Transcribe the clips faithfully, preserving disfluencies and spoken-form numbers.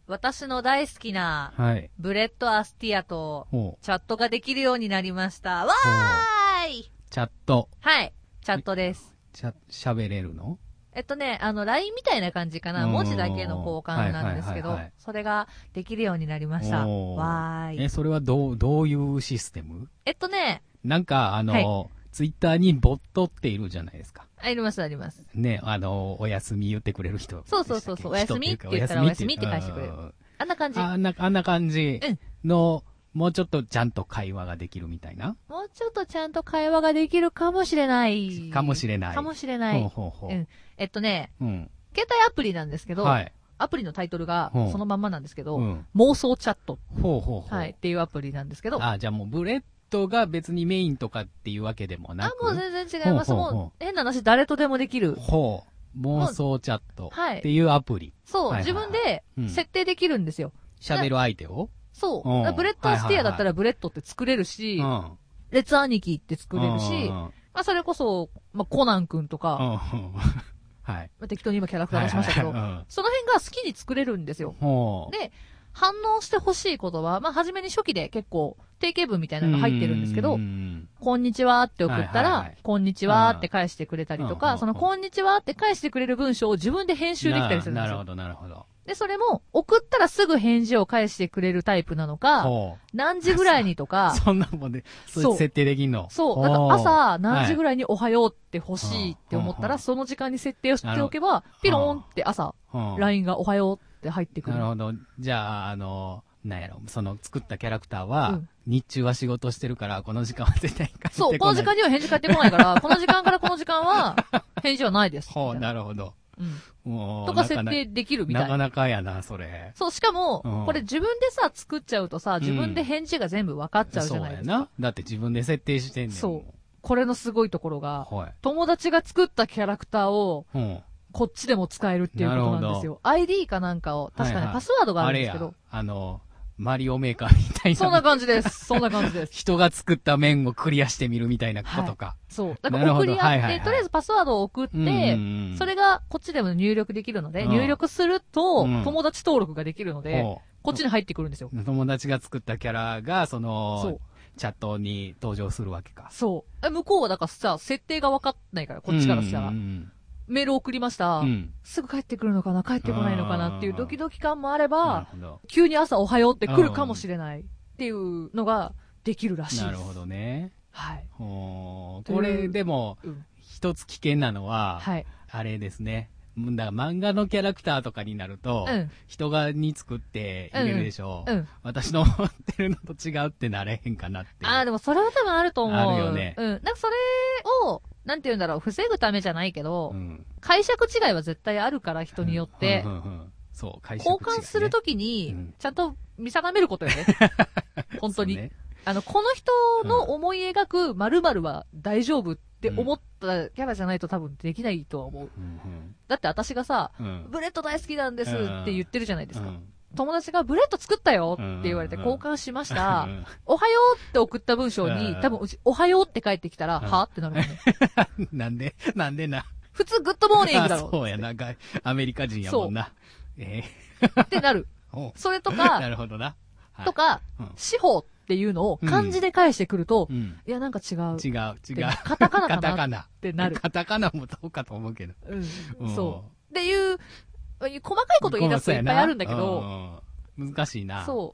私の大好きな、 はい。 ブレッドアスティアと、 ほう。 チャットができるようになりました。わーいチャット。 はい。チャットです。 チャ、喋れるの？ えっとね、あの、ライン みたいな感じかな。文字だけの交換なんですけど、それができるようになりました。わーい。 え、それはどう、どういうシステム？ えっとね、 なんか、あの、 はい、 ツイッターにボットっているじゃないですか。 あります、あります。 ね、あの、お休み言ってくれる人。 そうそうそうそう、お休みって言ったらお休みって返してくれる。あんな感じ。 あんな、あんな感じの、うん、もうちょっとちゃんと会話ができるみたいな。 もうちょっとちゃんと会話ができるかもしれない。 かもしれない。 かもしれない。 ほうほうほう。 うん。えっとね、 うん、 携帯アプリなんですけど、はい、アプリのタイトルがそのまんまなんですけど、うん、妄想チャット。 ほうほうほう。 はい。っていうアプリなんですけど。 あ、じゃあもうブレッドが別にメインとかっていうわけでもなく。 あ、もう全然違います。ほうほうほう。もう変な話、誰とでもできる。 ほう。妄想チャットっていうアプリ。 そう、はいはいはい、自分で設定できるんですよ。 喋、うん、る相手をそう。うん、ブレッドアスティアだったらブレッドって作れるし、うん、レッツ兄貴って作れるし、うん、まあそれこそ、まあコナン君とか、うんはい。まあ、適当に今キャラクター出しましたけど、はいはいはいうん、その辺が好きに作れるんですよ。で、反応してほしい言葉、まあ、初めに初期で結構、定型文みたいなのが入ってるんですけど、こんにちはって送ったら、はいはいはい、こんにちはって返してくれたりとか、そのこんにちはって返してくれる文章を自分で編集できたりするんですよ。 なるほど、なるほど。 で、それも、送ったらすぐ返事を返してくれるタイプなのか、何時ぐらいにとか、 そんなもんで、そう設定できんの？ そう。なんか朝何時ぐらいにおはようって欲しいって思ったら、その時間に設定をしておけば、ピローンって朝、ライン がおはようって入ってくる。 なるほど。じゃあ、あの、なんやろ、その作ったキャラクターは、うん、日中は仕事してるから、この時間は絶対帰ってこない。 そう、この時間には返事返ってこないから、この時間からこの時間は、返事はないです。 ほう、なるほど。 うん。もうとか設定できるみたいな。 なかなかやな、それ。 そう、しかも、うん、これ自分でさ、作っちゃうとさ、自分で返事が全部分かっちゃうじゃないですか。 うん、そうやな。だって自分で設定してんねん。 そう。これのすごいところが、はい、友達が作ったキャラクターを、うんこっちでも使えるっていうことなんですよ。アイディー かなんかを、確かに、はいはい、パスワードがあるんですけど。 あれや、あの、マリオメーカーみたいな。 そんな感じです。そんな感じです。 人が作った面をクリアしてみるみたいなことか。はい、 そう。だから送り合って、はいはいはい、とりあえずパスワードを送って、うんうんうん、それがこっちでも入力できるので、うん、入力すると、友達登録ができるので、うん、こっちに入ってくるんですよ。 友達が作ったキャラが、その、そうチャットに登場するわけか。 そう。向こうはだからさ、設定が分かんないから、こっちからしたら。うんうんうんメール送りました、うん。すぐ帰ってくるのかな帰ってこないのかなっていうドキドキ感もあれば、急に朝おはようって来るかもしれないっていうのができるらしいです。 なるほどね。 はい。 これでも、うん、一つ危険なのは、はい、あれですね。だから漫画のキャラクターとかになると、うん、人がに作って入れるでしょう、うんうん。私の思ってるのと違うってなれへんかなって。 ああ、でもそれは多分あると思う。 あるよね。 うん。なんかそれを、なんて言うんだろう、防ぐためじゃないけど、うん、解釈違いは絶対あるから人によって、うんうんうんうん、 そう解釈違い、ね、 交換するときに、ちゃんと見定めることよね。本当に、ね。あの、この人の思い描く〇〇は大丈夫って思ったキャラじゃないと多分できないとは思う。うんうん、だって私がさ、うん、ブレッド大好きなんですって言ってるじゃないですか。うんうん友達がブレッド作ったよって言われて交換しました。うんうん、おはようって送った文章に、多分うち、おはようって返ってきたら、うん、はってなるもんね。 なんでなんでな。 普通グッドモーニングだろ。 そうやな。アメリカ人やもんな。 えー、ってなる。それとか、 なるほどな。 はい、とか、うん、司法っていうのを漢字で返してくると、うん、いやなんか違う。 違う、違う。 カタカナかなってなる。 カタカナもどうかと思うけど。 うん。そう。っていう、細かいこと言い出すといっぱいあるんだけど、 難しいな。 そう。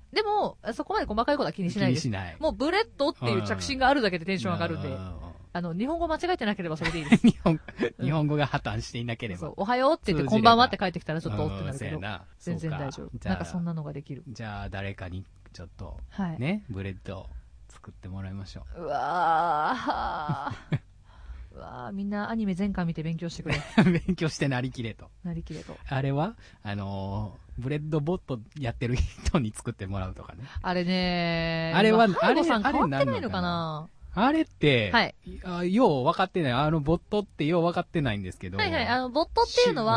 でも、そこまで細かいことは気にしないです。 気にしない。 もうブレッドっていう着信があるだけでテンション上がるんで、あの、日本語間違えてなければそれでいいです。 日本、日本語が破綻していなければ。 そう、おはようって言って、こんばんはって帰ってきたらちょっとおってなるけど、全然大丈夫。なんかそんなのができる。 じゃあ、誰かにちょっと、はい、ね、ブレッドを作ってもらいましょう。うわー。うわーみんなアニメ全巻見て勉強してくれ。 勉強してなりきれと。 なりきれと。 あれはあのー、ブレッドボットやってる人に作ってもらうとかね。 あれねー。 あれは、 あれ、さん変わってないのかなあれって、 はい。 あよう分かってない。あの、ボットってよう分かってないんですけど。 はいはい。あの、ボットっていうのは、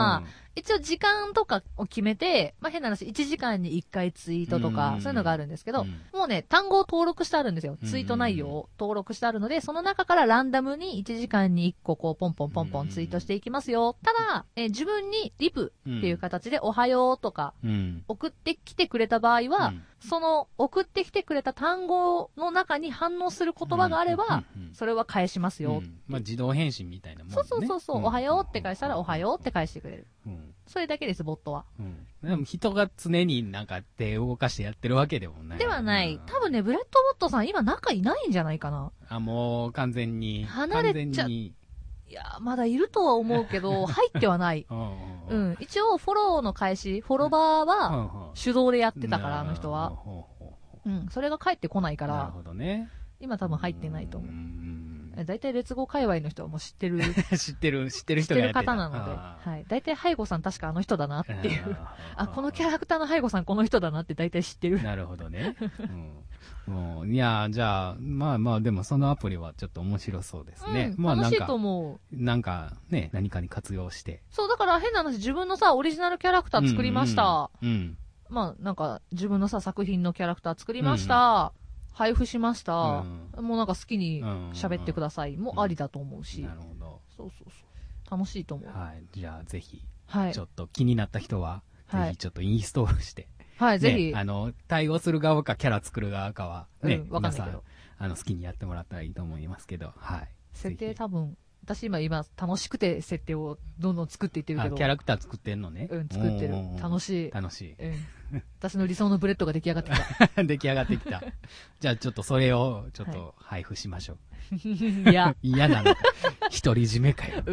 一応時間とかを決めて、まあ、変な話、いちじかんにいっかいツイートとか、そういうのがあるんですけど、もうね、単語を登録してあるんですよ。ツイート内容を登録してあるので、その中からランダムにいちじかんにいっここう、ポンポンポンポンツイートしていきますよ。ただ、えー、自分にリプっていう形でおはようとか、送ってきてくれた場合は、その送ってきてくれた単語の中に反応する言葉があれば、それは返しますよ。 まあ、自動返信みたいなもんね。 そうそうそうそう、おはようって返したらおはようって返してくれる。うん、それだけです、ボットは。 うん。でも人が常になんか手を動かしてやってるわけでもない。 ではない。多分ね、ブレッドボットさん今中いないんじゃないかな。 あ、もう完全に。 離れちゃ、いや、まだいるとは思うけど、入ってはない。うん。一応フォローの開始、フォロバーは手動でやってたから、あの人は。うん。それが返ってこないから。 なるほどね。 今多分入ってないと思う。大体列語界隈の人はもう知ってる。 知ってる、知ってる人がやってた。 知ってる方なので。はい。大体背後さん確かあの人だなっていう。あ、このキャラクターの背後さんこの人だなって大体知ってる。 なるほどね。うん、もういや、じゃあ、まあまあでもそのアプリはちょっと面白そうですね。 うん、まあ楽しいと思う。 なんかね、何かに活用して。 そう、だから変な話、自分のさ、オリジナルキャラクター作りました。うん、うんうん。まあなんか、自分のさ、作品のキャラクター作りました。うんうん配布しました、うん、もうなんか好きに喋ってください、うん、もありだと思うし、 うん、なるほどそうそうそう楽しいと思う。 はい、じゃあぜひ、 はい、 ちょっと気になった人は、はい、ぜひちょっとインストールして、 はい、ね、ぜひあの対応する側かキャラ作る側かはね、うん、皆さんあの好きにやってもらったらいいと思いますけど、はい。 設定多分私今今楽しくて設定をどんどん作っていってるけど、 キャラクター作ってんのね。 うん作ってる。楽しい。 楽しい。 うん。私の理想のブレッドが出来上がってきた。出来上がってきた。じゃあちょっとそれをちょっと配布しましょう。 いや。 嫌なの。独り占めかよ。 うん。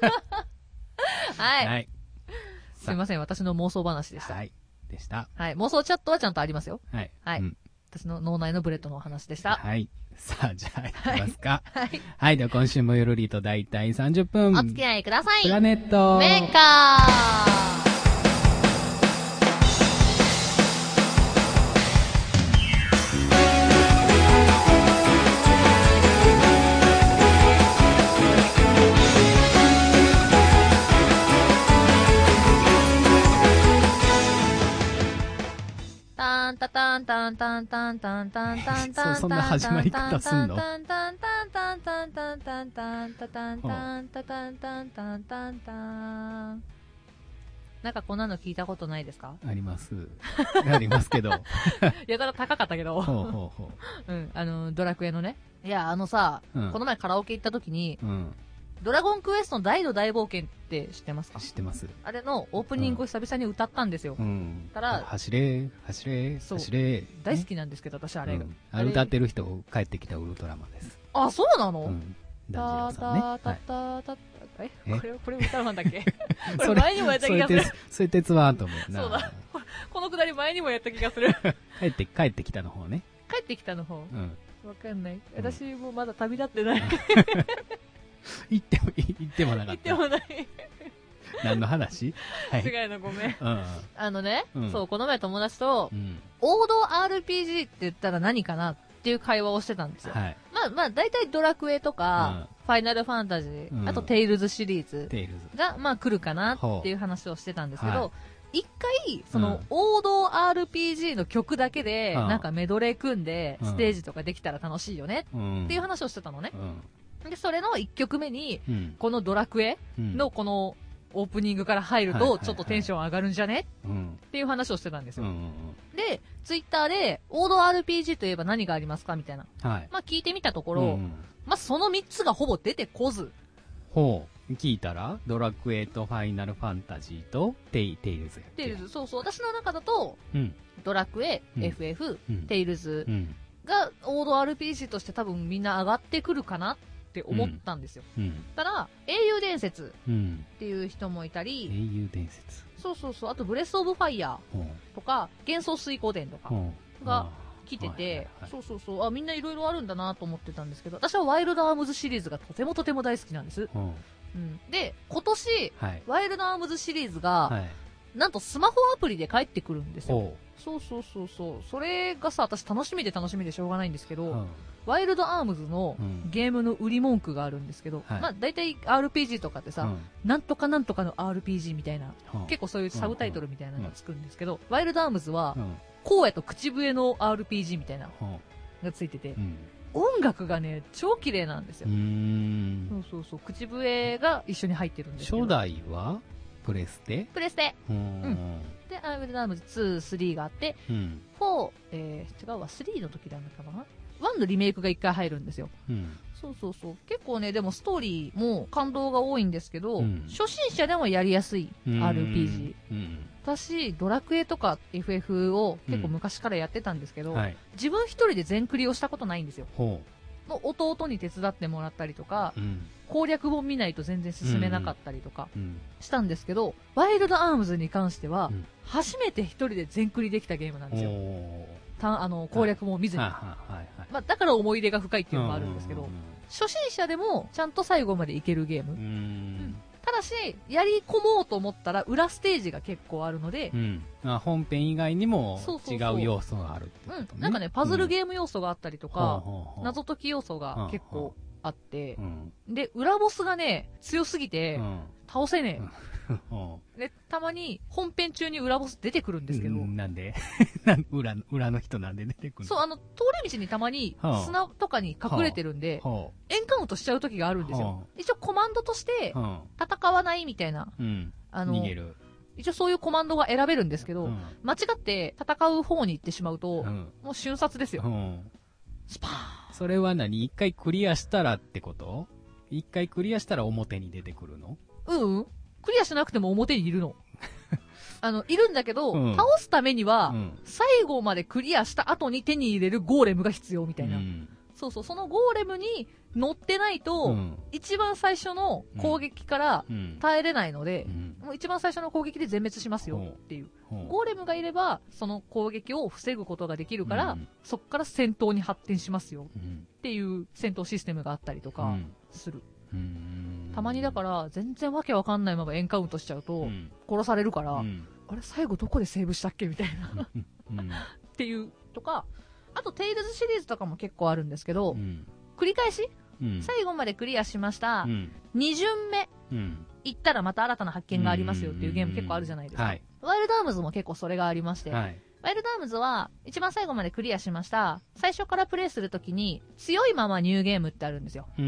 はい。はい。すいません、私の妄想話でした。 はい。でした。 はい。妄想チャットはちゃんとありますよ。 はい。 はい。うん、私の脳内のブレッドのお話でした。 はい。さあ、じゃあ、いきますか。 はい。 はい。では、今週もゆるりとだいたいさんじゅっぷん。 お付き合いください。 プラネット。 メーカー。タンタタンタンタンタンタンタンタンタンそんな始まり方すんの？ タンタンタンタンタンタンタンタンタタンタンタタンタンタンタンタン。なんかこんなの聞いたことないですか？ あります。ありますけど。 やたら高かったけど。 ほうほうほう。うん、あの、ドラクエのね。いや、あのさ、この前カラオケ行った時に、ドラゴンクエストの大の大冒険って知ってますか？ 知ってます。 あれのオープニングを久々に歌ったんですよ。うん。たら、 走れ、走れ、走れ。 大好きなんですけど、私あれが。 あれ歌ってる人、帰ってきたウルトラマンです。 あ、そうなの？ うん。ダンジローさんね。 たたたたえこれ、これウルトラマンだっけ？これ前にもやった気がする。 そういう鉄腕と思うな。 そうだ。このくだり前にもやった気がする。 帰って、帰ってきたの方ね。 帰ってきたの方？うん。わかんない。私もまだ旅立ってない。 行っても、行ってもなかった。 行ってもない。 何の話？ はい。違いのごめん。うん。あのね、うん、そう、この前友達と、うん、王道 アールピージー って言ったら何かなっていう会話をしてたんですよ。はい。まあまあ、大体ドラクエとか、うん、ファイナルファンタジー、うん、あとテイルズシリーズが、まあ来るかなっていう話をしてたんですけど、一回、その、王道 アールピージー の曲だけで、なんかメドレー組んで、ステージとかできたら楽しいよねっていう話をしてたのね。うん、で、それのいっきょくめに、うん、このドラクエのこのオープニングから入ると、ちょっとテンション上がるんじゃね、うん、っていう話をしてたんですよ。うんうんうん、で、ツイッターで、王道 アールピージー といえば何がありますかみたいな。はい、まあ聞いてみたところ、うん、まあそのみっつがほぼ出てこず。 ほう。聞いたら、ドラクエとファイナルファンタジーとテイ、テイルズやテイルズ、そうそう。私の中だと、うん、ドラクエ、うん、エフエフ、うん、テイルズが王道 アールピージー として多分みんな上がってくるかなって思ったんですよ。うん、ただ、英雄伝説っていう人もいたり、 うん、英雄伝説そうそうそう。あと、ブレスオブファイヤーとか、幻想水光伝とかが来てて、そうそうそう。あ、みんないろいろあるんだなと思ってたんですけど、私はワイルドアームズシリーズがとてもとても大好きなんです。うんうん、で、今年、はい、ワイルドアームズシリーズが、はい、 なんとスマホアプリで返ってくるんですよ。そうそうそうそう。それがさ、私楽しみで楽しみでしょうがないんですけど、うん、ワイルドアームズのゲームの売り文句があるんですけど、うん、まあ大体 アールピージー とかってさ、うん、なんとかなんとかの アールピージー みたいな、うん、結構そういうサブタイトルみたいなのがつくんですけど、ワイルドアームズは、荒野と口笛の アールピージー みたいなのがついてて、音楽がね、超綺麗なんですよ。うーん、そうそうそう。口笛が一緒に入ってるんですけど。 初代はプレステプレステ。うん。で、アイルドアームズツー、スリーがあって、うん、フォー、えー、違うわ、スリーの時だったかなワンのリメイクがいっかい入るんですよ。うん、そうそうそう。結構ね、でもストーリーも感動が多いんですけど、うん、初心者でもやりやすい アールピージー。うんうん、私、ドラクエとか エフエフ を結構昔からやってたんですけど、うんはい、自分一人で全クリをしたことないんですよ。もう弟に手伝ってもらったりとか、うん、攻略本見ないと全然進めなかったりとかしたんですけど、うんうん、ワイルドアームズに関しては、うん、初めて一人で全クリできたゲームなんですよ。たあの攻略本を見ずに、はいはいはいまあ、だから思い出が深いっていうのもあるんですけど、初心者でもちゃんと最後までいけるゲーム。うん、ただし、やり込もうと思ったら裏ステージが結構あるので、うんまあ、本編以外にも違う要素があるってことね。 うん、なんかね、パズルゲーム要素があったりとか、うん、謎解き要素が結構あって、うん、で、裏ボスがね、強すぎて、うん、倒せねえ。で、たまに本編中に裏ボス出てくるんですけど。 んなんで裏、裏の人なんで出てくるの？ そう、あの、通り道にたまに砂とかに隠れてるんで、はあ、エンカウントしちゃう時があるんですよ。はあ、一応コマンドとして、戦わないみたいな。うん、あの、 逃げる。 一応そういうコマンドが選べるんですけど、うん、間違って戦う方に行ってしまうと、うん、もう瞬殺ですよ。うん、スパーン。 それは何？一回クリアしたらってこと？一回クリアしたら表に出てくるの？ うん。クリアしなくても表にいるの。あの、いるんだけど、うん、倒すためには、うん、最後までクリアした後に手に入れるゴーレムが必要みたいな。うん、そうそう、そのゴーレムに乗ってないと、うん、一番最初の攻撃から耐えれないので、うん、もう一番最初の攻撃で全滅しますよっていう。ゴーレムがいれば、その攻撃を防ぐことができるから、うん、そこから戦闘に発展しますよっていう戦闘システムがあったりとかする。たまにだから全然わけわかんないままエンカウントしちゃうと殺されるから、うん、あれ最後どこでセーブしたっけみたいな、うん、っていうとか、あとテイルズシリーズとかも結構あるんですけど、うん、繰り返し、うん、最後までクリアしました、うん、に巡目、うん、行ったらまた新たな発見がありますよっていうゲーム結構あるじゃないですか、はい、ワイルドアームズも結構それがありまして、はい、ワイルドアームズは一番最後までクリアしました。最初からプレイするときに強いままニューゲームってあるんですよ。 うん。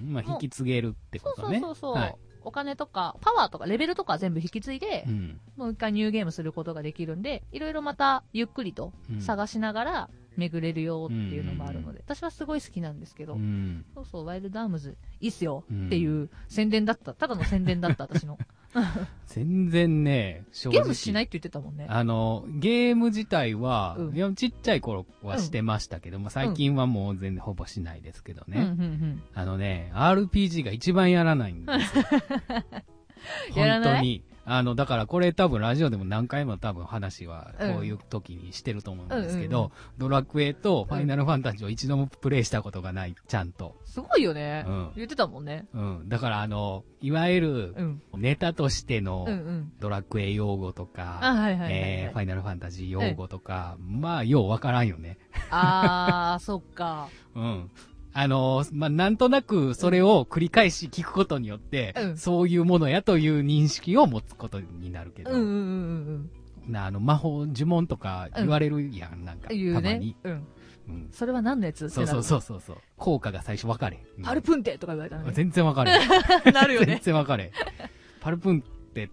まあ、引き継げるってことね。 そうそうそうそう、はい。お金とかパワーとかレベルとか全部引き継いで、うん、もう一回ニューゲームすることができるんで、いろいろまたゆっくりと探しながら巡れるよっていうのもあるので、うん、私はすごい好きなんですけど、うん、そうそう、ワイルドアームズいいっすよっていう宣伝だった。ただの宣伝だった、私の。 全然ね、 正直。ゲームしないって言ってたもんね。 あの、ゲーム自体は、うん、いやちっちゃい頃はしてましたけども、うん、最近はもう全然ほぼしないですけどね。うんうんうん、あのね、アールピージー が一番やらないんですよ。本当に。あの、だからこれ多分ラジオでも何回も多分話はこういう時にしてると思うんですけど、うんうんうん、ドラクエとファイナルファンタジーを一度もプレイしたことがない、ちゃんと。 すごいよね。うん。言ってたもんね。 うん。だからあの、いわゆる、ネタとしてのドラクエ用語とか、ファイナルファンタジー用語とか、まあ、ようわからんよね。 あー、そっか。 うん。あのー、まあ、なんとなくそれを繰り返し聞くことによって、うん、そういうものやという認識を持つことになるけど、うんうんうんうん、あの、魔法、呪文とか言われるやん、うん、なんか、ね、たまに。うんうん、それは何のやつそうそうそうそう。効果が最初分かれ。 パルプンテとか言われたのね。 全然分かれ。 なるよね。 全然分かれ。パルプンテって、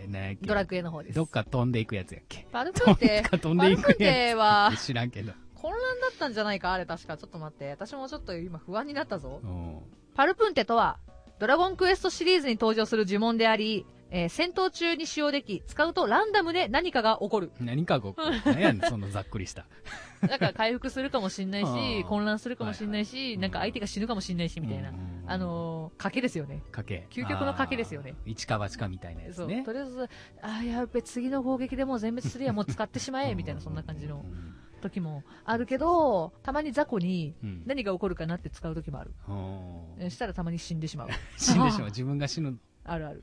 ね、 ドラクエの方です。 どっか飛んでいくやつやっけ。 パルプンテどっか飛んでいくやつ。 パルプンテは、 知らんけど。 混乱だったんじゃないかあれ確か。ちょっと待って。私もちょっと今不安になったぞ。パルプンテとは、ドラゴンクエストシリーズに登場する呪文であり、えー、戦闘中に使用でき、使うとランダムで何かが起こる。 何かが起こる。何やねん、そのざっくりした。 だから回復するかもしんないし、混乱するかもしんないし、はいはい、なんか相手が死ぬかもしんないし、みたいな。あのー、賭けですよね。 賭け。 究極の賭けですよね。 一か八かみたいなやつね。 そう。とりあえず、あーやっべ、次の攻撃でもう全滅するやもう使ってしまえ、みたいな、そんな感じの。時もあるけど、たまに雑魚に何が起こるかなって使う時もある。うん、したらたまに死んでしまう。 死んでしまう。自分が死ぬ。 あるある。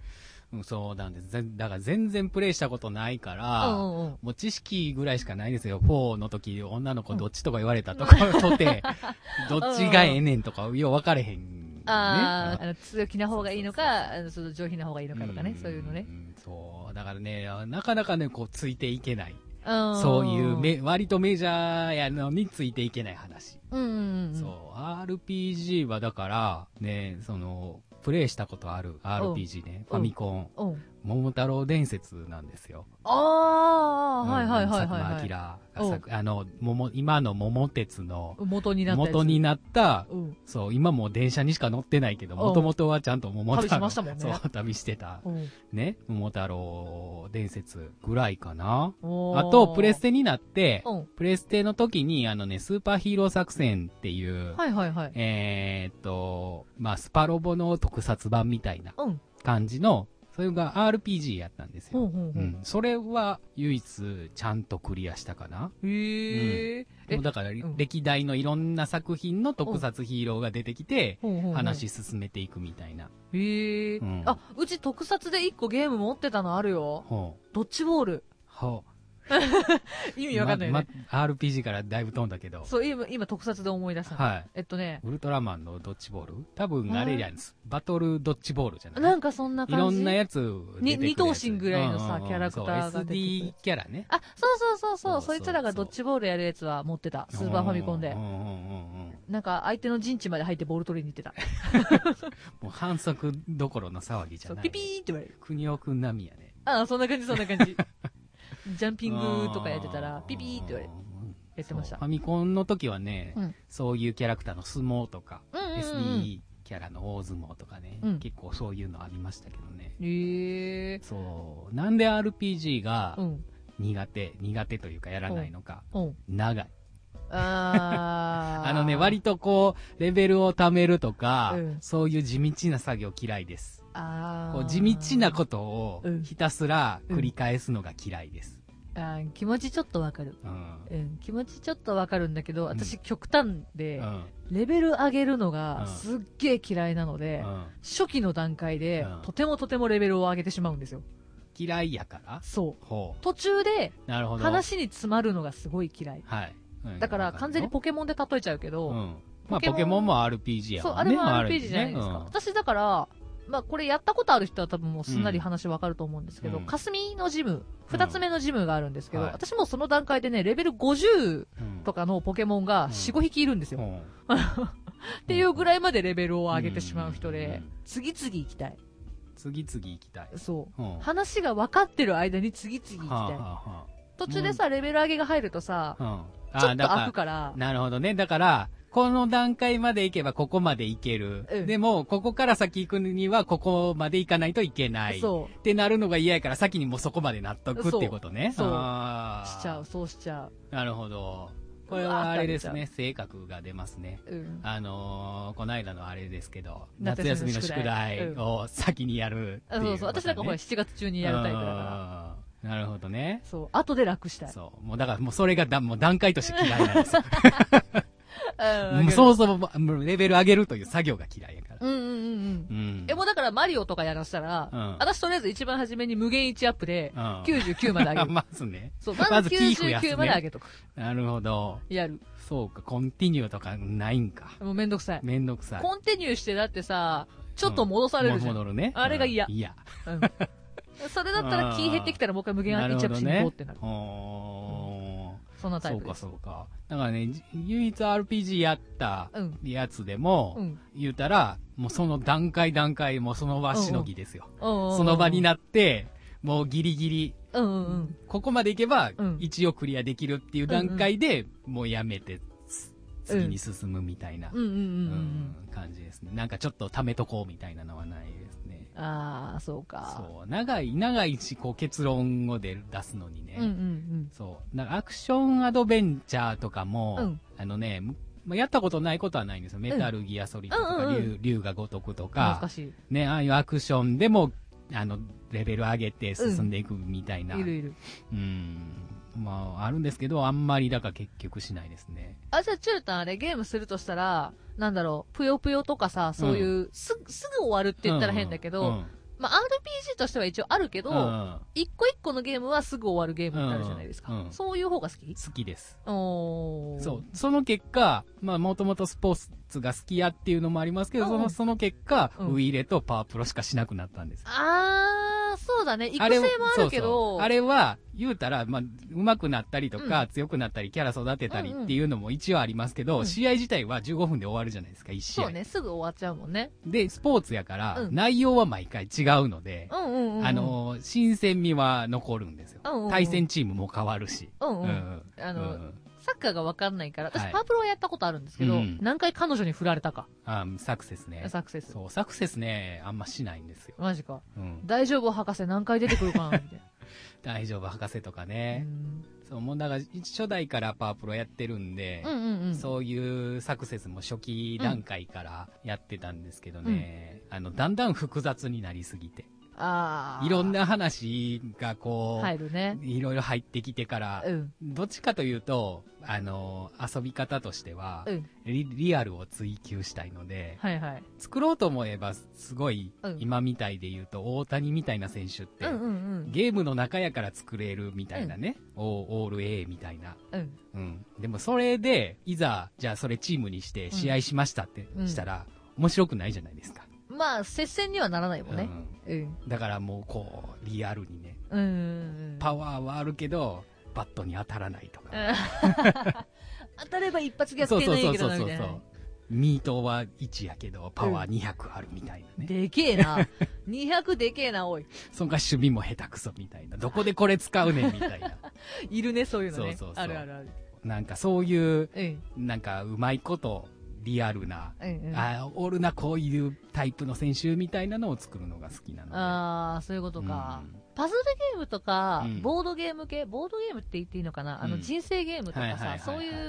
そうなんです。だから全然プレイしたことないから、うんうんうん、もう知識ぐらいしかないですよ。フォーの時、女の子どっちとか言われたところとて、どっちがええねんとか、よう分かれへん、ね。 ああ、あの、強気な方がいいのか、あの、その上品な方がいいのかとかね、そういうのね。 そう。だからね、なかなかね、こう、ついていけない。そういうめ、割とメジャーやのについていけない話。うんうんうん、そう。アールピージー はだから、ね、その、プレイしたことある アールピージー ね、ファミコン、桃太郎伝説なんですよ。 ああ、うん、はいはいはいはい、はい。 佐久間明が作、あの、桃、今の桃鉄の元になった。 元になった、そう、今もう電車にしか乗ってないけど、もともとはちゃんと桃太郎。 旅しましたもんね。 そう、旅してた。ね、桃太郎伝説ぐらいかな。あと、プレステになって、プレステの時に、あのね、スーパーヒーロー作戦っていう、 はいはいはい。 えーっと、まあ、スパロボの特撮版みたいな感じの、それが アールピージー やったんですよ。ほうほうほう、うん。それは唯一ちゃんとクリアしたかな。 へー。 うん、だから、歴代のいろんな作品の特撮ヒーローが出てきて、話進めていくみたいな。 へー、うん。あ、うち特撮で一個ゲーム持ってたのあるよ。ほう。ドッジボール。 ほう。 意味わかんないね、まま。アールピージー からだいぶ飛んだけど。 そう、今、今特撮で思い出した。はい。えっとね。 ウルトラマンのドッジボール多分あれじゃないです。バトルドッジボールじゃないなんかそんな感じ。 いろんなやつに、二頭身ぐらいのさ、うんうん、キャラクターが出てくる。 エスディー キャラね。 あ、そうそうそうそう。そいつらがドッジボールやるやつは持ってた。スーパーファミコンで。なんか相手の陣地まで入ってボール取りに行ってた。 もう反則どころの騒ぎじゃない。 ピピーって言われる。 国尾くん並みやね。 ああ、そんな感じそんな感じ。ジャンピングとかやってたら、ピピーって言われて、やってました。 ファミコンの時はね、うん、そういうキャラクターの相撲とか、うんうんうん、エスディー キャラの大相撲とかね、うん、結構そういうのありましたけどね。 へー。 そう。なんで アールピージー が苦手、うん、苦手というかやらないのか、うん、長い。ああのね、割とこう、レベルを貯めるとか、うん、そういう地道な作業嫌いです。あこう地道なことをひたすら繰り返すのが嫌いです。 うん、あ気持ちちょっとわかる、うんうん。気持ちちょっとわかるんだけど、私極端で、うん、レベル上げるのがすっげえ嫌いなので、うん、初期の段階で、うん、とてもとてもレベルを上げてしまうんですよ。 嫌いやからそう。途中で、話に詰まるのがすごい嫌い。はい。だから完全にポケモンで例えちゃうけど、うん、 まあポケモンも アールピージー やもんね。 そう、あれも アールピージー じゃないですか。ねうん、私だから、まあこれやったことある人は多分もうすんなり話わかると思うんですけど、うん、霞のジム、二つ目のジムがあるんですけど、うん、私もその段階でね、レベルごじゅうとかのポケモンがよん、ごひきいるんですよ。うん、っていうぐらいまでレベルを上げてしまう人で、次々行きたい。 次々行きたい。 そう。うん、話が分かってる間に次々行きたい。はあはあ、途中でさ、レベル上げが入るとさ、うん、ちょっと開くから。 なるほどね。だから、この段階まで行けばここまで行ける。うん、でも、ここから先行くにはここまで行かないといけない。そう。ってなるのが嫌やから先にもうそこまで納得っていうことね。 そう。そうしちゃう、そうしちゃう。なるほど。これはあれですね、性格が出ますね。うん、あのー、この間のあれですけど、夏休みの宿題を先にやるっていう、ね、 そうそう。私なんかほらしちがつ中にやるタイプだから。 なるほどね。 そう。後で楽したい。 そう。もうだからもうそれがだもう段階として嫌いなんですよ。うん、そもそもレベル上げるという作業が嫌いやから。 うんうんうんうん。うん、え、もうだからマリオとかやらしたら、うん、私とりあえず一番初めに無限いちアップで、きゅうじゅうきゅうまで上げる。 まずね。 そう、まずきゅうじゅうきゅうまで上げとく。 なるほど。 やる。 そうか、コンティニューとかないんか。 もうめんどくさい。 めんどくさい。 コンティニューしてだってさ、ちょっと戻されるじゃん。 うん、戻るね。 あれが嫌。 嫌、 うん。うんそれだったら気減ってきたらもう一回無限いちアップしに行こうってなる。なるほどね。そんなタイプです。 そうかそうか。だからね、唯一 アールピージー やったやつでも、うん、言うたら、もうその段階段階もうその場しのぎですよ。うんうん、その場になって、もうギリギリ、うんうんうん、ここまでいけば、一応クリアできるっていう段階で、もうやめて、次に進むみたいな感じですね。なんかちょっと貯めとこうみたいなのはないですね。 ああ、そうか。 そう。長い、長いし、こう結論を出すのにね。うんうんうん。そう。なんかアクションアドベンチャーとかも、うん、あのね、まあ、やったことないことはないんですよ。メタルギアソリッドとか、うんうんうん、竜が如くとか、 難しい。 ね、ああいうアクションでも、あの、レベル上げて進んでいくみたいな。 うん、いるいる。 うん。まあ、あるんですけど、あんまりだから結局しないですね。 あ、じゃあ、チュータンあれゲームするとしたら、なんだろう、ぷよぷよとかさ、そういう、うん、す、すぐ終わるって言ったら変だけど、うんうんうん、 まあ、アールピージー としては一応あるけど、うん、一個一個のゲームはすぐ終わるゲームになるじゃないですか。うんうん、そういう方が好き？ 好きです。 おー。 そう。その結果、まあ、もともとスポーツが好きやっていうのもありますけど、うん、その、その結果、うん、ウィーレとパワープロしかしなくなったんです。 あー、そうだね。育成もあるけど。 そうそう。あれは、言うたら、まあ、上手くなったりとか、うん、強くなったり、キャラ育てたりっていうのも一応ありますけど、うんうん、試合自体はじゅうごふんで終わるじゃないですか、いち試合。 そうね、すぐ終わっちゃうもんね。 で、スポーツやから、うん、内容は毎回違うので、うんうんうんうん、あの、新鮮味は残るんですよ。うんうんうん、対戦チームも変わるし。 うんうん。うんうん、あの、うんサッカーが分かんないから、私、はい、パワープロはやったことあるんですけど、うん、何回彼女に振られたか。 あサクセスね。 サクセス。 そう、サクセスね、あんましないんですよ。 マジか。うん、大丈夫博士何回出てくるかなみたいな。 大丈夫博士とかね。うんそう、もうだから、初代からパワープロやってるんで、うんうんうん、そういうサクセスも初期段階からやってたんですけどね、うん、あの、だんだん複雑になりすぎて。あいろんな話がこう、 入るね。 いろいろ入ってきてから、うん、どっちかというと、あの、遊び方としては、うん、リ, リアルを追求したいので、はいはい、作ろうと思えば、すごい、うん、今みたいで言うと、大谷みたいな選手って、うんうんうん、ゲームの中やから作れるみたいなね、うん、オール A みたいな、うんうん。でもそれで、いざ、じゃあそれチームにして試合しましたってしたら、面白くないじゃないですか。 まあ、接戦にはならないもんね。 うん。うん、だからもう、こう、リアルにね。うん。パワーはあるけど、バットに当たらないとか。 当たれば一発逆転ないけどなみたいな。そうそうそうそう。 ミートはいちやけど、パワーにひゃくあるみたいなね。 うん、でけえな。にひゃくでけえな、おい。 そんか守備も下手くそみたいな。どこでこれ使うねんみたいな。 いるね、そういうのね。そうそうそう。あるあるある。 なんかそういう、うん、なんかうまいこと、リアルな、うんうん、あおるな、こういうタイプの選手みたいなのを作るのが好きなので。 ああ、そういうことか。うん、パズルゲームとか、うん、ボードゲーム系、ボードゲームって言っていいのかな、うん、あの人生ゲームとかさ、そういう、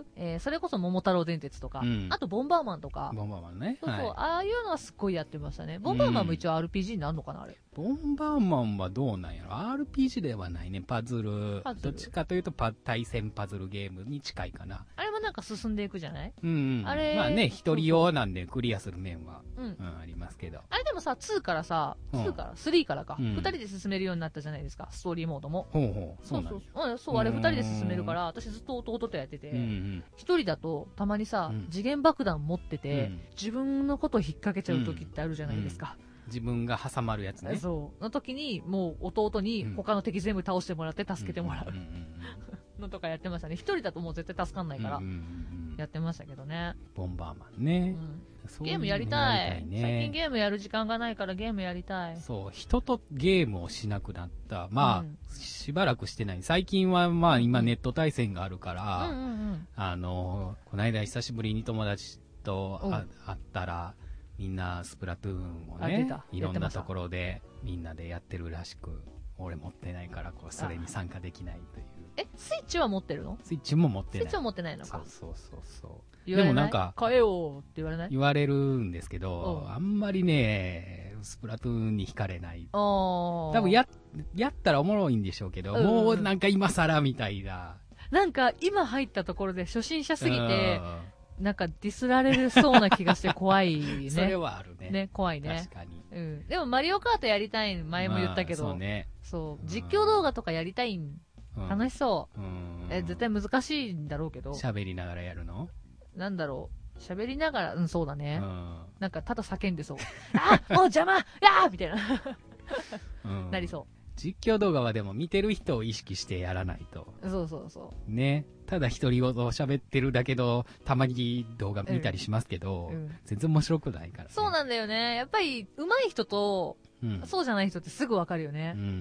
えー、それこそ桃太郎電鉄とか、うん、あとボンバーマンとか。 ボンバーマンね。 そうそう、はい、ああいうのはすっごいやってましたね。ボンバーマンも一応 アールピージー になるのかな、あれ。 ボンバーマンはどうなんやろ ?アールピージー ではないね。パズル。パズルどっちかというとパ、対戦パズルゲームに近いかな。 あれもなんか進んでいくじゃないうん、うん。あれ。まあね、一人用なんでクリアする面は、うん、うん、ありますけど。 あれでもさ、ツーからさ、ツーから、スリーからか、うん、ふたりで進めるようになったじゃないですか、ストーリーモードも。 ほうほう。 そうそうそう。うん、そう、あれふたりで進めるから、私ずっと弟とやってて、一、うんうん、人だとたまにさ、うん、次元爆弾持ってて、うん、自分のことを引っ掛けちゃう時ってあるじゃないですか。うんうん自分が挟まるやつね。 そう。の時に、もう弟に他の敵全部倒してもらって助けてもらう。のとかやってましたね。一人だともう絶対助かんないから、やってましたけどね。 ボンバーマンね。 うん、ゲームやりたい。やりたいね、最近ゲームやる時間がないからゲームやりたい。 そう。人とゲームをしなくなった。まあ、うん、しばらくしてない。最近はまあ今ネット対戦があるから、うんうんうん、あの、この間久しぶりに友達と会ったら、みんなスプラトゥーンをね、いろんなところでみんなでやってるらしく、俺持ってないからこうそれに参加できないという。 え、スイッチは持ってるの？ スイッチも持ってない。 スイッチは持ってないのか。 そうそうそうそう。 でもなんか、買えよって言われない？ 言われるんですけど、あんまりね、スプラトゥーンに惹かれない。多分や、やったらおもろいんでしょうけど、うん、もうなんか今更みたいな。 なんか今入ったところで初心者すぎて、なんかディスられるそうな気がして怖いね。 それはあるね。 ね、怖いね。 確かに。 うん。でもマリオカートやりたい、前も言ったけど。まあ、そうね。そう。実況動画とかやりたいん。うん、楽しそう。うん。え、絶対難しいんだろうけど。 喋りながらやるの？ なんだろう。喋りながら、うん、そうだね。うん。なんかただ叫んでそう。あもう邪魔あーみたいな。うん。なりそう。 実況動画はでも見てる人を意識してやらないと。 そうそうそう。 ね。ただ独り言を喋ってるだけど、たまに動画見たりしますけど、うんうん、全然面白くないから、ね。 そうなんだよね。やっぱり、上手い人と、うん、そうじゃない人ってすぐわかるよね。うん。うん、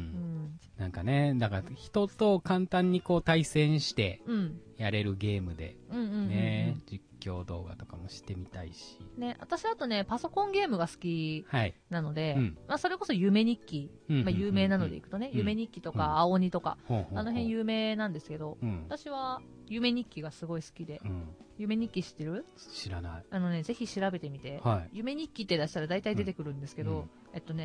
なんかね、だから人と簡単にこう対戦して、やれるゲームで、うん、ね、実況動画とかもしてみたいし。 ね、私あとね、パソコンゲームが好きなので、はいうん、まあそれこそ夢日記、うん、まあ有名なのでいくとね、うん、夢日記とか青鬼とか、うん、あの辺有名なんですけど、うん、私は夢日記がすごい好きで、うん、夢日記知ってる？ 知らない。 あのね、ぜひ調べてみて、はい、夢日記って出したら大体出てくるんですけど、うん、えっとね、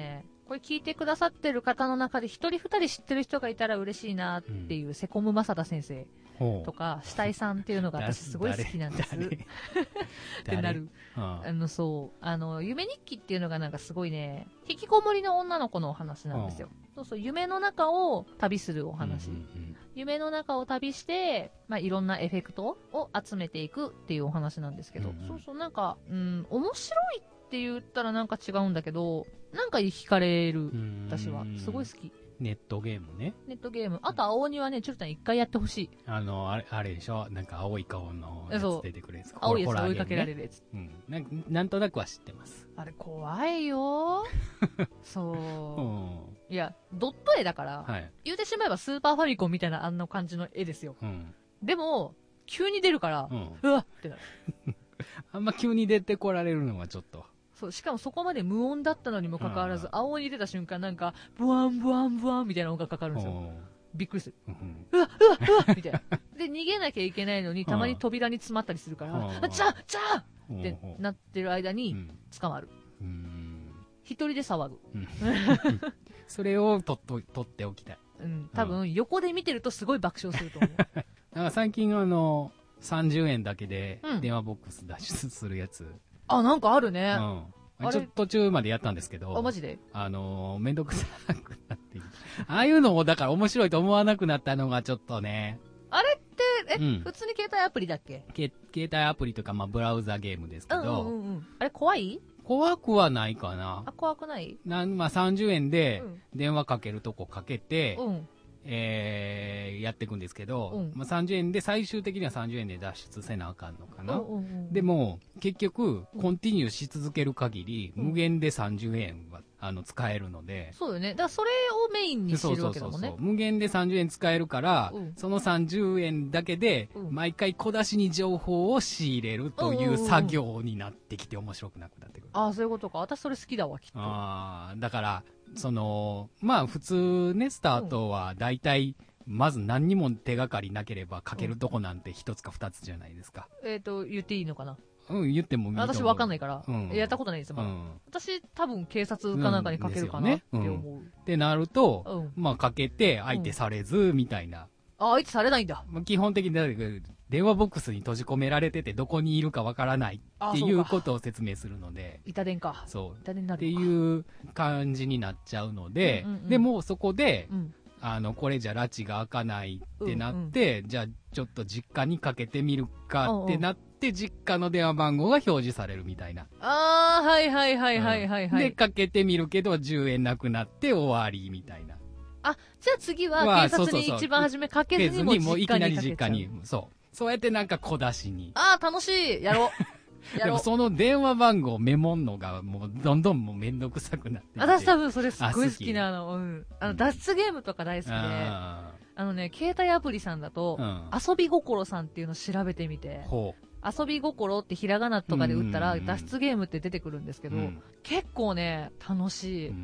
これ聞いてくださってる方の中で一人二人知ってる人がいたら嬉しいなっていう、うん、セコムマサダ先生とか、死体さんっていうのが私すごい好きなんです。ってなる。あの、そう。あの、夢日記っていうのがなんかすごいね、引きこもりの女の子のお話なんですよ。そうそう、夢の中を旅するお話。うんうんうん、夢の中を旅して、まあ、いろんなエフェクトを集めていくっていうお話なんですけど、うんうん、そうそう、なんか、うん、面白いって言ったらなんか違うんだけど、なんか惹かれる、私は。すごい好き。 ネットゲームね。 ネットゲーム。あと、青鬼はね、チュルタン一回やってほしい。 あの、あれ、あれでしょなんか青い顔のやつ出てくるやつ。 青いやつ追いかけられるやつ。 うん。な、なんとなくは知ってます。 あれ、怖いよそう。うん、いや、ドット絵だから、はい、言うてしまえばスーパーファミコンみたいなあんな感じの絵ですよ。うん、でも、急に出るから、うん、うわっってなる。 あんま急に出てこられるのはちょっと。 そう、しかもそこまで無音だったのにもかかわらず、青に出た瞬間なんか、ブワンブワンブワンみたいな音がかかるんですよ。びっくりする。うわ、うわ、うわみたいな。で、逃げなきゃいけないのに、たまに扉に詰まったりするから、あ、ちゃちゃってなってる間に、捕まる。一人で騒ぐ。 それをとっと、取っておきたい。 うん、多分、横で見てるとすごい爆笑すると思う。 だから最近あの、さんじゅうえんだけで電話ボックス脱出するやつ。 あ、なんかあるね。 うん。ちょっと途中までやったんですけど。 あ、マジであのー、めんどくさくなってああいうのを、だから面白いと思わなくなったのがちょっとね。 あれって、え、うん、普通に携帯アプリだっけけ携帯アプリとか、まあ、ブラウザゲームですけど。うんうんうん。 あれ怖い怖くはないかな。 あ、怖くないなん、まあ、さんじゅうえんで電話かけるとこかけて、うん。えー、やっていくんですけど、うん、まあ、さんじゅうえんで、最終的にはさんじゅうえんで脱出せなあかんのかな。うんうんうん、でも、結局、コンティニューし続ける限り、うん、無限でさんじゅうえんは、あの、使えるので。 そうよね。だからそれをメインにしてるわけだもんね。そうそうそうそう。 無限でさんじゅうえん使えるから、うん、そのさんじゅうえんだけで、毎回小出しに情報を仕入れるという作業になってきて面白くなくなってくる。 ああ、そういうことか。私それ好きだわ、きっと。 ああ、だから、その、まあ普通ね、スタートは大体、まず何にも手がかりなければ書けるとこなんて一つか二つじゃないですか。 えっと、言っていいのかなうん、言ってもいいと思う。 私わかんないから、うん、やったことないですよ、まだ、うん、私多分警察かなんかに書けるかなって思う。うん、 ってなると、うん、まあ書けて相手されず、みたいな。 あ、相手されないんだ。 基本的に電話ボックスに閉じ込められててどこにいるかわからないっていうことを説明するので。 板電か。 そう。 板電になるっていう感じになっちゃうので、うんうんうん、でもそこで、うん、あの、これじゃ拉致が開かないってなって、うんうん、じゃあちょっと実家にかけてみるかってなって、実家の電話番号が表示されるみたいな。 あー、はいはいはいはいはいはい。 で、かけてみるけどじゅうえんなくなって終わりみたいな。 あ、じゃあ次は警察に一番初めかけずにもう実家にかけちゃう。もういきなり実家に。 そう。そうやってなんか小出しに。 あー、楽しい。やろう。 でもその電話番号をメモんのがもうどんどんもうめんどくさくなってきて。 私多分それすっごい好きなの。うん。あの、脱出ゲームとか大好きで。あ, あのね、携帯アプリさんだと、うん、遊び心さんっていうのを調べてみて。ほう。遊び心ってひらがなとかで打ったら、脱出ゲームって出てくるんですけど、うん、結構ね、楽しい。うん,、うん。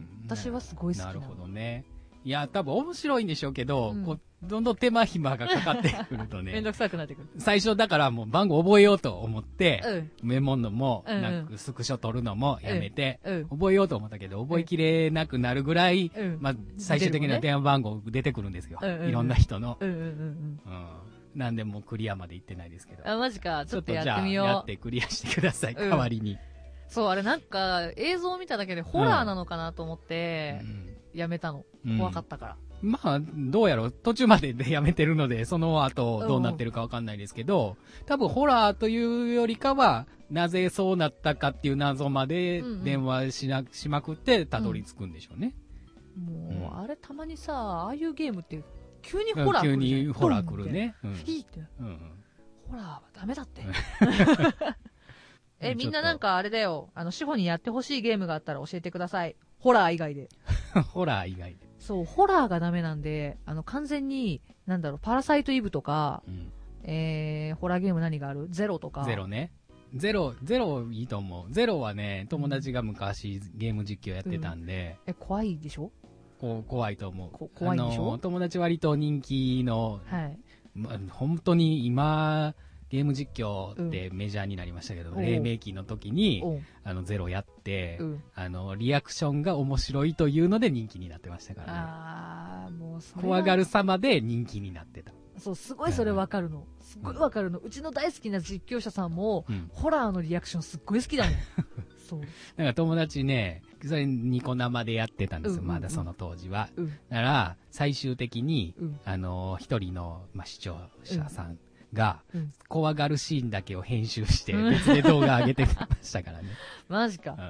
私はすごい好きなの。 なるほどね。いや、多分面白いんでしょうけど、うん、こうどんどん手間暇がかかってくるとね。 めんどくさくなってくる。 最初だからもう番号覚えようと思って、うん、メモんのも、うんうん、なんかスクショ取るのもやめて、うんうん、覚えようと思ったけど、覚えきれなくなるぐらい、うん、まあ、最終的な電話番号出てくるんですよ。うんうんうん、いろんな人の。うんうんうんうん、なんでもうクリアまで行ってないですけど。 あ、マジか。ちょっとやってみよう。 やってクリアしてください、代わりに。 そう、あれなんか映像を見ただけでホラーなのかなと思って、うん、やめたの。怖かったから。 うん、まあ、どうやろう。途中まででやめてるので、その後どうなってるかわかんないですけど、多分ホラーというよりかは、なぜそうなったかっていう謎まで電話しな、うんうん、しまくってたどり着くんでしょうね。 うん、もう、うん、あれたまにさ、ああいうゲームって急にホラー来る、うん、 急にホラー来るね。 うん、いいって、うんうん。ホラーはダメだって。え、みんななんかあれだよ。あの、志保にやってほしいゲームがあったら教えてください。ホラー以外で。 ホラー以外で。 そう、ホラーがダメなんで、あの、完全に、なんだろう、パラサイトイブとか、うん、えー、ホラーゲーム何があるゼロとか。 ゼロね。ゼロ、ゼロいいと思う。ゼロはね、友達が昔ゲーム実況やってたんで。 うん、え、怖いでしょこう怖いと思う。 こ怖いでしょ、 あの、友達割と人気の、はい。ま、本当に今、 ゲーム実況ってメジャーになりましたけど、うん、黎明期の時に、あの、ゼロやって、うん、あの、リアクションが面白いというので人気になってましたからね。ああ、もうそれ怖がる様で人気になってた。 そう、すごいそれわかるの。すごいわかるの。うちの大好きな実況者さんも、うん、ホラーのリアクションすっごい好きだもん。そう。 なんか友達ね、それニコ生でやってたんですよ、うんうんうん、まだその当時は。うん、だから、最終的に、うん、あの、一人の、まあ、視聴者さんが、うん、怖がるシーンだけを編集して、別で動画上げてましたからね。 マジか。うん、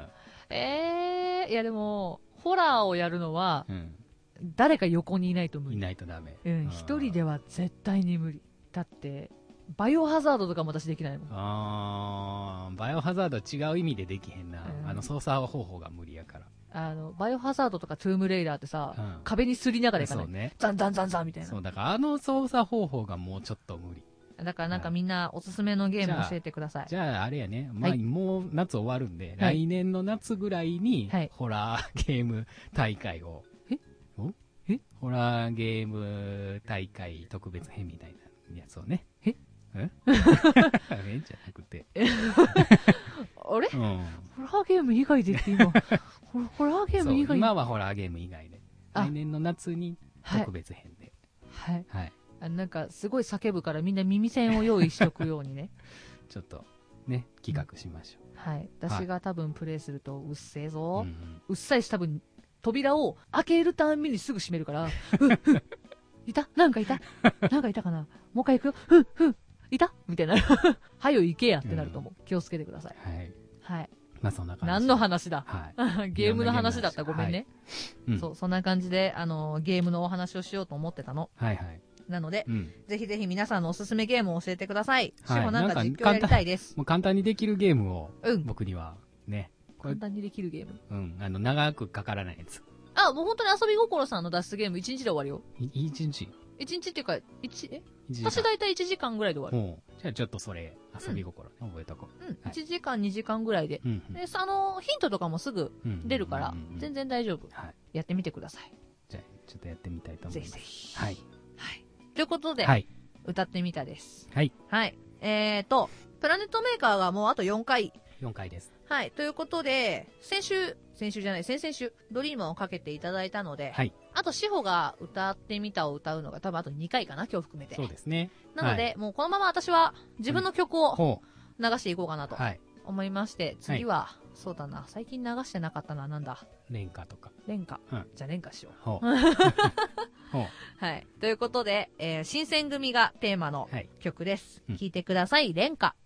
ええー、いやでも、ホラーをやるのは、うん誰か横にいないと無理。 いないとダメ。 うん、一人では絶対に無理。だって、バイオハザードとかも私できないもん。 あー、バイオハザードは違う意味でできへんな。うん、あの操作方法が無理やから。 あの、バイオハザードとかトゥームレイダーってさ、うん、壁にすりながらいかない。そうね。ザンザンザンザンみたいな。 そう、だからあの操作方法がもうちょっと無理。 だからなんかみんなおすすめのゲーム教えてください。 じゃあ、じゃああれやね。まあ、はい、もう夏終わるんで、はい、来年の夏ぐらいに、はい、ホラーゲーム大会を。えおえホラーゲーム大会特別編みたいなやつをね。 えええじゃなくて。 あれ、うん、ホラーゲーム以外でって今、ホラーゲーム以外今はホラーゲーム以外で。来年の夏に特別編で。 はい。はい。あなんか、すごい叫ぶからみんな耳栓を用意しとくようにね。 ちょっと、ね、企画しましょう。 はい。私が多分プレイすると、うっせえぞ。うんうん、うっさいし多分、扉を開けるたんびにすぐ閉めるから、ふっふっいたなんかいたなんかいたかなもう一回行くよふっふっいたみたいな。はよ行けやってなると思う、うん。気をつけてください。 はい。 はい。 まあそんな感じ。 何の話だ、 はい、 ゲームの話だった。ごめんね、はいうん。そう、そんな感じで、あの、ゲームのお話をしようと思ってたの。 はいはい。 なので、うん、ぜひぜひ皆さんのおすすめゲームを教えてください。はい、しもなんか実況やりたいです。 もう簡単にできるゲームを、うん、僕にはね。 簡単にできるゲームうん。あの、長くかからないやつ。 あ、もう本当に遊び心さんの脱出ゲームいちにちで終わるよ。 い一日いちにちっていうか、一え私だいたいいちじかんぐらいで終わる。 じゃあちょっとそれ、遊び心ね、うん、覚えとこう。 うん。はい、いちじかん、にじかんぐらいで。うんうん、で、あの、ヒントとかもすぐ出るから、全然大丈夫。はい。やってみてください。 じゃあ、ちょっとやってみたいと思います。 ぜひぜひ。 はい。 はい。ということで、 はい、 歌ってみたです。 はい。 はい。えーと、プラネットメーカーがもうあとよんかい。 よんかいです。 はい。ということで、先週、先週じゃない、先々週、ドリーマーをかけていただいたので、 はい。 あと、志保が歌ってみたを歌うのが多分あとにかいかな、今日含めて。 そうですね。 なので、はい、もうこのまま私は自分の曲を流していこうかなと思いまして、うん、次は、はい、そうだな、最近流してなかったのはなんだ。 連歌とか。 連歌。うん、じゃあ連歌しよう。 ほうはい。ということで、えー、新選組がテーマの曲です。はい、聴いてください、連歌。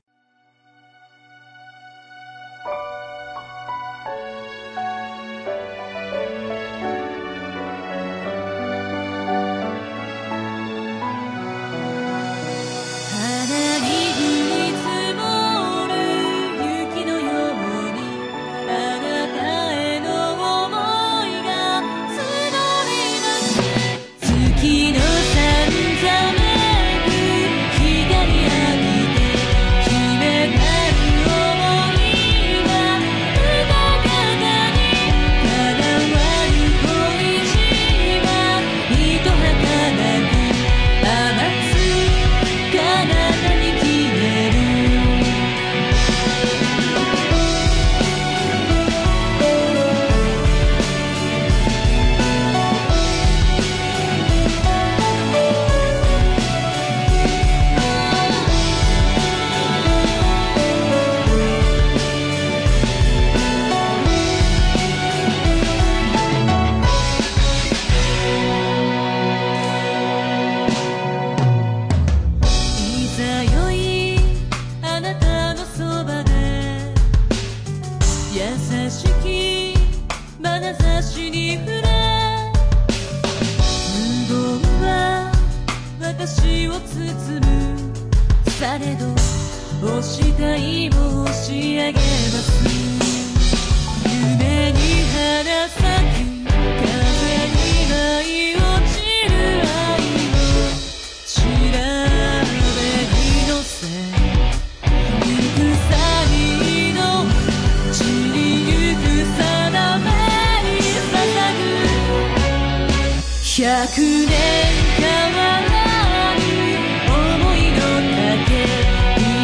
百年変わらぬ想いの丈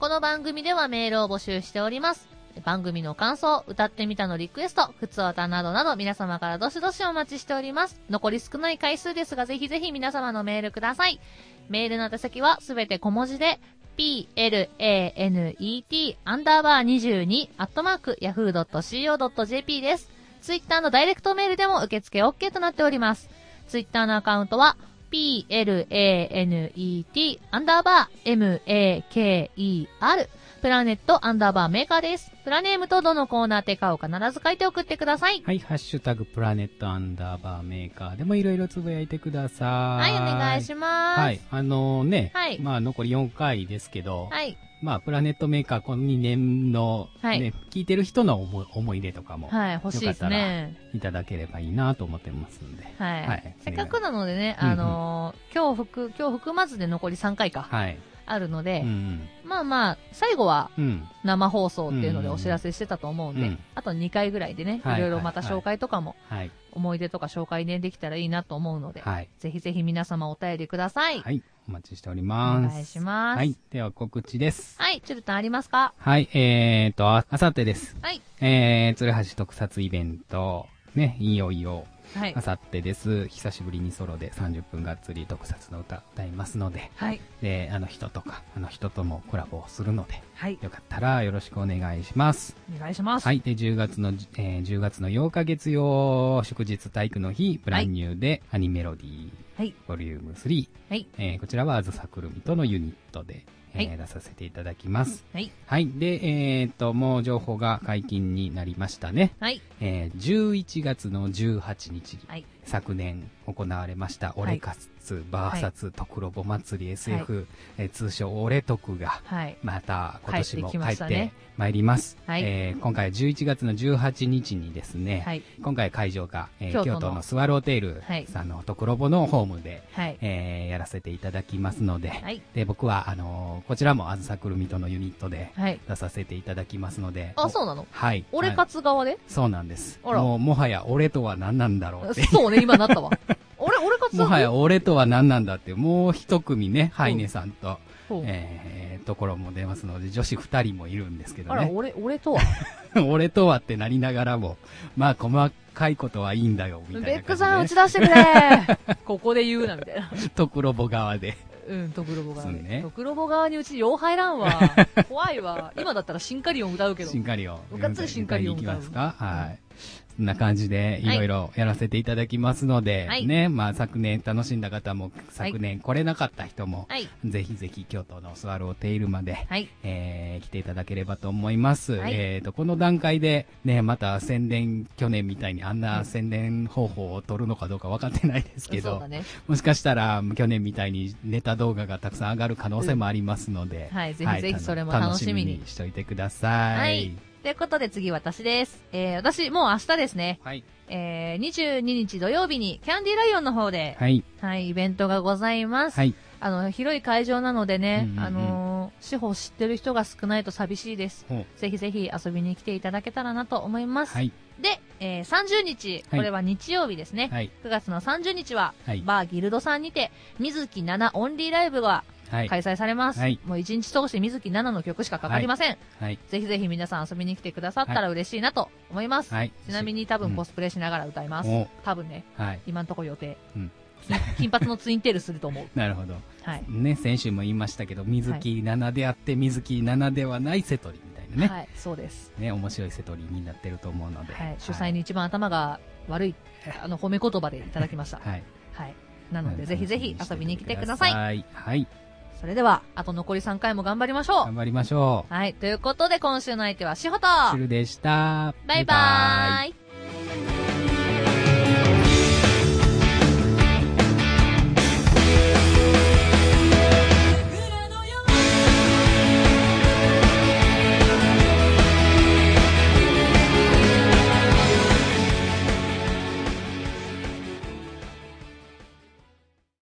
この番組ではメールを募集しております。番組の感想、歌ってみたのリクエスト、ふつおたなどなど皆様からどしどしお待ちしております。残り少ない回数ですが、ぜひぜひ皆様のメールください。メールの宛先はすべて小文字で、ピーエルエーエヌイーティー アンダーバーにじゅうにアットマークヤフードットシーオードットジェーピー です。ツイッターのダイレクトメールでも受付 OK となっております。ツイッターのアカウントは、ピーエルエーエヌイーティー アンダーバー エムエーケーイーアール プラネットアンダーバーメーカーです。プラネームとどのコーナーてかを必ず書いて送ってください。 はい、ハッシュタグプラネットアンダーバーメーカーでもいろいろつぶやいてください。 はい、お願いします。 はい、あのー、ね、 はい、 まあ残りよんかいですけど、 はい。 まあ、プラネットメーカーこのにねんの、ね、はい、聞いてる人の思い、思い出とかも、 はい、欲しいですね。 いただければいいなと思ってますんで。 はい。はい、せっかくなのでね、あのー、今日含、今日含まずで残りさんかいか。はい。あるので、うんうん、まあまあ、最後は、生放送っていうのでお知らせしてたと思うんで、うんうん、あとにかいぐらいでね、いろいろまた紹介とかも、はい、思い出とか紹介ね、できたらいいなと思うので、はい、ぜひぜひ皆様お便りください。 はい。お待ちしております。 お願いします。 はい。では告知です。 はい。チュルタンありますか？ はい。えーと、あ、あさってです。 はい。 えー、鶴橋特撮イベント、ね、いよいよ、 はい。 あさってです。久しぶりにソロでさんじゅっぷんがっつり特撮の歌歌いますので、 はい。 で、あの人とか、あの人ともコラボをするので、 はい。 よかったらよろしくお願いします。 お願いします。 はい。で、じゅうがつの、えー、じゅうがつのようか月曜、祝日体育の日、ブランニューでアニメロディー、はい。ボリュームスリー。はい。えー、こちらはあずさくるみとのユニットで、えーはい、出させていただきます。 はい。 はい。で、えー、っと、もう情報が解禁になりましたね。 はい。 えー、じゅういちがつのじゅうはちにち、はい、昨年行われました、オレカツバーサツトクロボ祭り エスエフ、はい、えー、通称オレトクが、はい、また今年も帰ってまいります。はい、えー、今回はじゅういちがつのじゅうはちにちにですね、はい、今回会場が、えー、京, 京都のスワローテールさんのトクロボのホームで、はい、えー、やらせていただきますので、はい、で僕はあのー、こちらもあずさくるみとのユニットで出させていただきますので、 あ、そうなの？ はい。 オレカツ側で？ そうなんです。もうもはや俺とは何なんだろうって。 そうね、今なったわ。俺、俺カツもはや俺とは何なんだって、もう一組ね、ハイネさんと、えー、ところも出ますので、女子二人もいるんですけどね。 あら、俺、俺とは俺とはってなりながらも、まあ細かいことはいいんだよ、みたいな感じで。 ベックさん打ち出してくれここで言うな、みたいな。 トクロボ側で。 うん、トクロボ側で。ね、トクロボ側にうちよう入らんわ。怖いわ。今だったらシンカリオン歌うけど。 シンカリオン。 がっつりシンカリオン歌う。 いきますか？はい。そんな感じでいろいろやらせていただきますので、はい、ね、まあ昨年楽しんだ方も、昨年来れなかった人も、はい、ぜひぜひ京都のスワローテイルまで、はい、えー、来ていただければと思います。はい、えーと、この段階でね、また宣伝、去年みたいにあんな宣伝方法を取るのかどうか分かってないですけど、そうだね、もしかしたら去年みたいにネタ動画がたくさん上がる可能性もありますので、 うん、はい、ぜひぜひそれも楽しみにしておいてください。はい。 ということで次私です。えー、私もう明日ですね。はい。えー、にじゅうににち土曜日にキャンディーライオンの方で、はい。はい、イベントがございます。はい。あの、広い会場なのでね、うんうんうん、あのー、司法知ってる人が少ないと寂しいです。ぜひぜひ遊びに来ていただけたらなと思います。はい。で、えー、さんじゅうにち、これは日曜日ですね。はい。くがつのさんじゅうにちは、はい、バーギルドさんにて、水木奈々オンリーライブが、開催されます。はい、もう一日通して水木奈々の曲しかかかりません。はい、ぜひぜひ皆さん遊びに来てくださったら嬉しいなと思います。はい、ちなみに多分コスプレしながら歌います。うん、多分ね。はい、今のところ予定。うん、金髪のツインテールすると思う。 なるほど。はい。ね、先週も言いましたけど、水木奈々であって水木奈々ではない瀬戸りみたいなね。 はい、そうです。 ね、面白い瀬戸りになってると思うので。 はい、主催に一番頭が悪い、あの、褒め言葉でいただきました。はい。はい。なので、ぜひぜひ遊びに来てください。はい。はい。それでは、あと残りさんかいも頑張りましょう。 頑張りましょう。 はい。ということで、今週の相手はしほと。 しるでした。 バイバーイ。